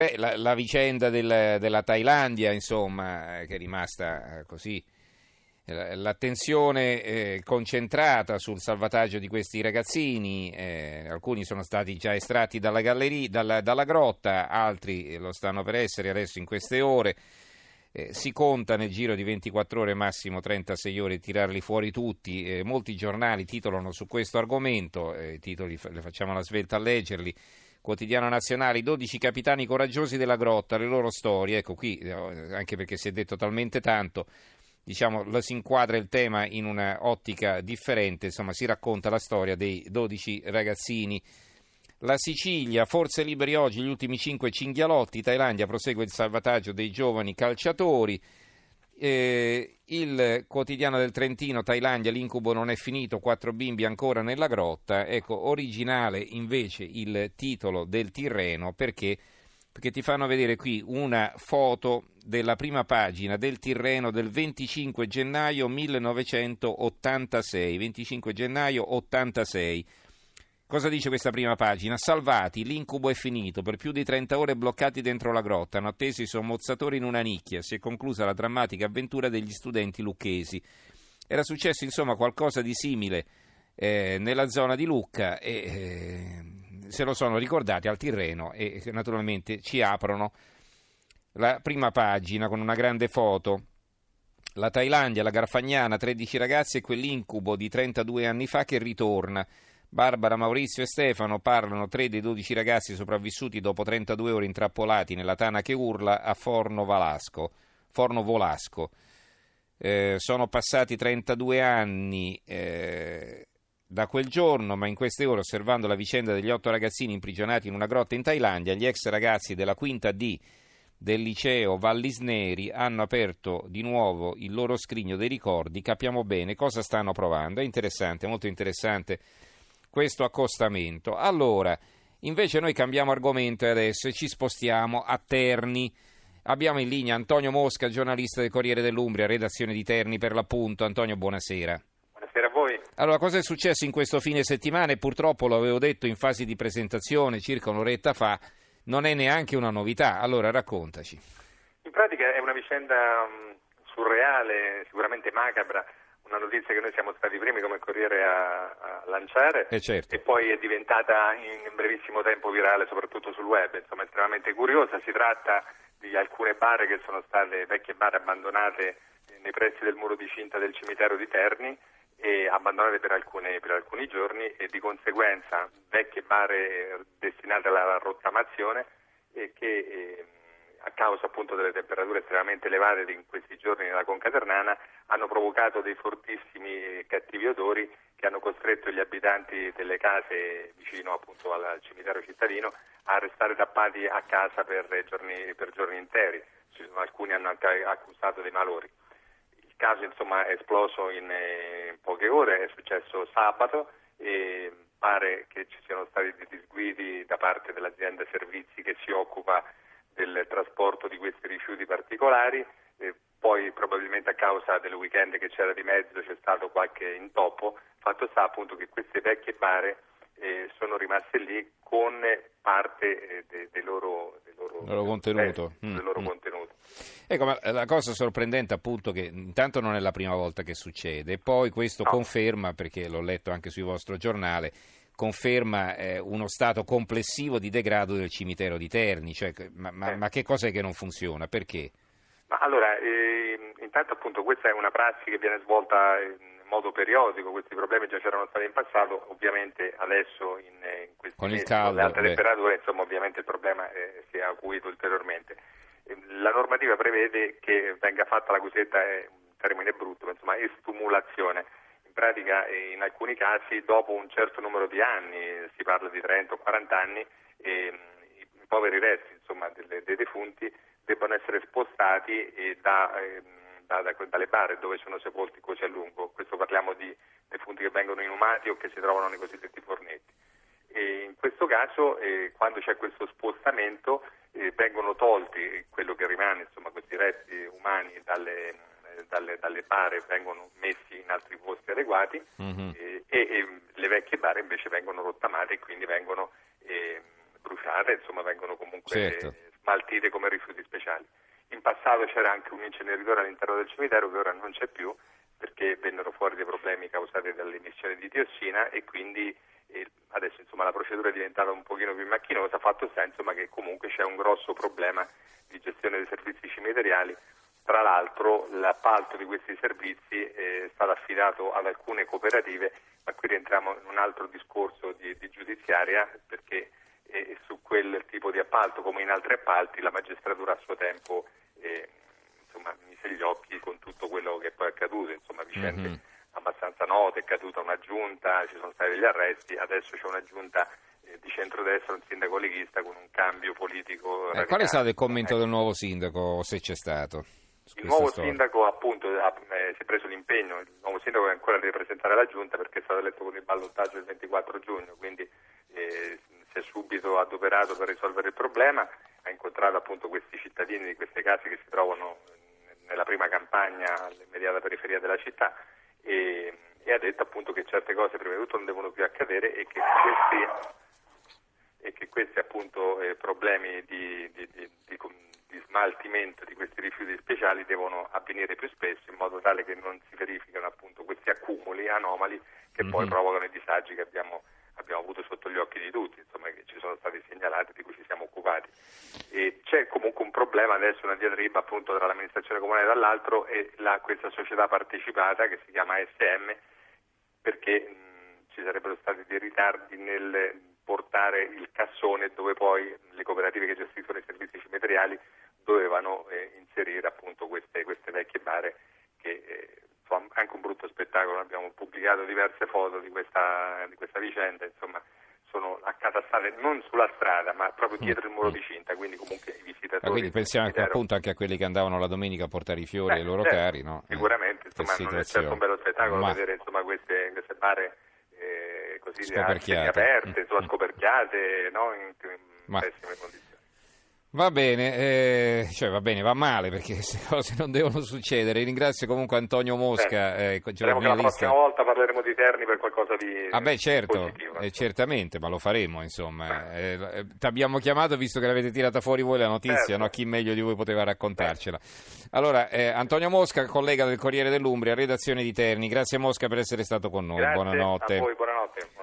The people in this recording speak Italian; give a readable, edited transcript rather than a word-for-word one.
La vicenda della Thailandia, insomma, che è rimasta così, l'attenzione concentrata sul salvataggio di questi ragazzini, alcuni sono stati già estratti dalla galleria, dalla grotta, altri lo stanno per essere adesso in queste ore. Si conta nel giro di 24 ore, massimo 36 ore, tirarli fuori tutti. Molti giornali titolano su questo argomento, i titoli le facciamo la svelta a leggerli. Quotidiano Nazionale, 12 capitani coraggiosi della grotta, le loro storie. Ecco qui, anche perché si è detto talmente tanto, diciamo, si inquadra il tema in una ottica differente, insomma si racconta la storia dei 12 ragazzini. La Sicilia, forze liberi oggi, gli ultimi 5 cinghialotti, Thailandia prosegue il salvataggio dei giovani calciatori. Il quotidiano del Trentino, Thailandia, l'incubo non è finito, 4 bimbi ancora nella grotta. Ecco, originale invece il titolo del Tirreno, perché ti fanno vedere qui una foto della prima pagina del Tirreno del 25 gennaio 1986, 25 gennaio 86. Cosa dice questa prima pagina? Salvati, l'incubo è finito, per più di 30 ore bloccati dentro la grotta, hanno atteso i sommozzatori in una nicchia, si è conclusa la drammatica avventura degli studenti lucchesi. Era successo insomma qualcosa di simile nella zona di Lucca e se lo sono ricordati al Tirreno e naturalmente ci aprono la prima pagina con una grande foto. La Thailandia, la Garfagnana, 13 ragazzi e quell'incubo di 32 anni fa che ritorna. Barbara, Maurizio e Stefano parlano, 3 dei 12 ragazzi sopravvissuti dopo 32 ore intrappolati nella tana che urla a Forno Volasco. Sono passati 32 anni da quel giorno, ma in queste ore, osservando la vicenda degli 8 ragazzini imprigionati in una grotta in Thailandia, gli ex ragazzi della quinta D del liceo Vallisneri hanno aperto di nuovo il loro scrigno dei ricordi. Capiamo bene cosa stanno provando. È interessante, molto interessante questo accostamento. Allora, invece noi cambiamo argomento adesso e ci spostiamo a Terni. Abbiamo in linea Antonio Mosca, giornalista del Corriere dell'Umbria, redazione di Terni per l'appunto. Antonio, buonasera. Buonasera a voi. Allora, cosa è successo in questo fine settimana? E purtroppo lo avevo detto in fase di presentazione circa un'oretta fa, non è neanche una novità. Allora, raccontaci. In pratica è una vicenda surreale, sicuramente macabra, una notizia che noi siamo stati i primi come Corriere a lanciare certo. E poi è diventata in brevissimo tempo virale soprattutto sul web, insomma estremamente curiosa. Si tratta di alcune bare che sono state vecchie bare abbandonate nei pressi del muro di cinta del cimitero di Terni e abbandonate per alcuni giorni e di conseguenza vecchie bare destinate alla rottamazione e che a causa appunto delle temperature estremamente elevate in questi giorni nella Conca Ternana hanno provocato dei fortissimi e cattivi odori che hanno costretto gli abitanti delle case vicino appunto al cimitero cittadino a restare tappati a casa per giorni interi. Alcuni hanno anche accusato dei malori. Il caso insomma è esploso in poche ore, è successo sabato e pare che ci siano stati dei disguidi da parte dell'azienda servizi che si occupa del trasporto di questi rifiuti particolari, poi probabilmente a causa del weekend che c'era di mezzo c'è stato qualche intoppo. Fatto sta appunto che queste vecchie bare sono rimaste lì con parte del loro contenuto. Contenuto. Ecco, ma la cosa sorprendente appunto che intanto non è la prima volta che succede, e poi questo conferma, perché l'ho letto anche sul vostro giornale, conferma uno stato complessivo di degrado del cimitero di Terni, cioè, ma che cos'è che non funziona? Perché? Ma allora, intanto appunto questa è una prassi che viene svolta in modo periodico, questi problemi già c'erano stati in passato, ovviamente adesso in questi con mesi, il caldo, con le alte temperature, insomma ovviamente il problema si è acuito ulteriormente. La normativa prevede che venga fatta la cosiddetta, un termine brutto, ma insomma estumulazione. In pratica in alcuni casi dopo un certo numero di anni, si parla di 30 o 40 anni, i poveri resti insomma dei defunti debbono essere spostati dalle bare dove sono sepolti così a lungo. Questo parliamo di defunti che vengono inumati o che si trovano nei cosiddetti fornetti. E in questo caso quando c'è questo spostamento vengono tolti quello che rimane, insomma questi resti umani dalle bare vengono messi in altri posti adeguati e le vecchie bare invece vengono rottamate e quindi vengono bruciate, insomma vengono comunque smaltite come rifiuti speciali. In passato c'era anche un inceneritore all'interno del cimitero che ora non c'è più, perché vennero fuori dei problemi causati dalle emissioni di diossina e quindi adesso insomma la procedura è diventata un pochino più macchinosa, ha fatto senso, ma che comunque c'è un grosso problema di gestione dei servizi cimiteriali. Tra l'altro l'appalto di questi servizi è stato affidato ad alcune cooperative, ma qui rientriamo in un altro discorso di giudiziaria, perché su quel tipo di appalto come in altri appalti la magistratura a suo tempo mise gli occhi con tutto quello che poi è accaduto, insomma vicende abbastanza note, è caduta una giunta, ci sono stati degli arresti, adesso c'è una giunta di centrodestra, un sindaco leghista con un cambio politico radicale. Qual è stato il commento del nuovo sindaco, se c'è stato? Il nuovo sindaco appunto si è preso l'impegno, il nuovo sindaco che ancora deve presentare la giunta perché è stato eletto con il ballottaggio il 24 giugno, quindi si è subito adoperato per risolvere il problema, ha incontrato appunto questi cittadini di queste case che si trovano nella prima campagna all'immediata periferia della città e ha detto appunto che certe cose prima di tutto non devono più accadere e che questi appunto problemi di smaltimento di questi rifiuti speciali devono avvenire più spesso in modo tale che non si verificano appunto questi accumuli anomali che poi provocano i disagi che abbiamo avuto sotto gli occhi di tutti, insomma, che ci sono stati segnalati, di cui ci siamo occupati. E c'è comunque un problema adesso, una diatriba appunto tra l'amministrazione comunale dall'altro e questa società partecipata che si chiama ASM, perché ci sarebbero stati dei ritardi nel portare il cassone dove poi le cooperative che gestiscono i servizi cimiteriali dovevano inserire appunto queste vecchie bare che anche un brutto spettacolo. Abbiamo pubblicato diverse foto di questa vicenda, insomma sono accatastate non sulla strada ma proprio dietro il muro di cinta, quindi comunque i visitatori. Quindi pensiamo appunto anche a quelli che andavano la domenica a portare i fiori ai loro cari, no? Sicuramente, insomma non è certo un bello spettacolo vedere insomma queste bare così aperte, scoperchiate, no? in pessime condizioni. Va bene, va male perché queste cose non devono succedere. Ringrazio comunque Antonio Mosca, speriamo che la prossima volta parleremo di Terni per qualcosa di certo, positivo. Certamente, ma lo faremo, insomma. Ti abbiamo chiamato visto che l'avete tirata fuori voi la notizia, certo. No? Chi meglio di voi poteva raccontarcela. Allora, Antonio Mosca, collega del Corriere dell'Umbria, redazione di Terni. Grazie Mosca per essere stato con noi. Grazie buonanotte. A voi, buonanotte.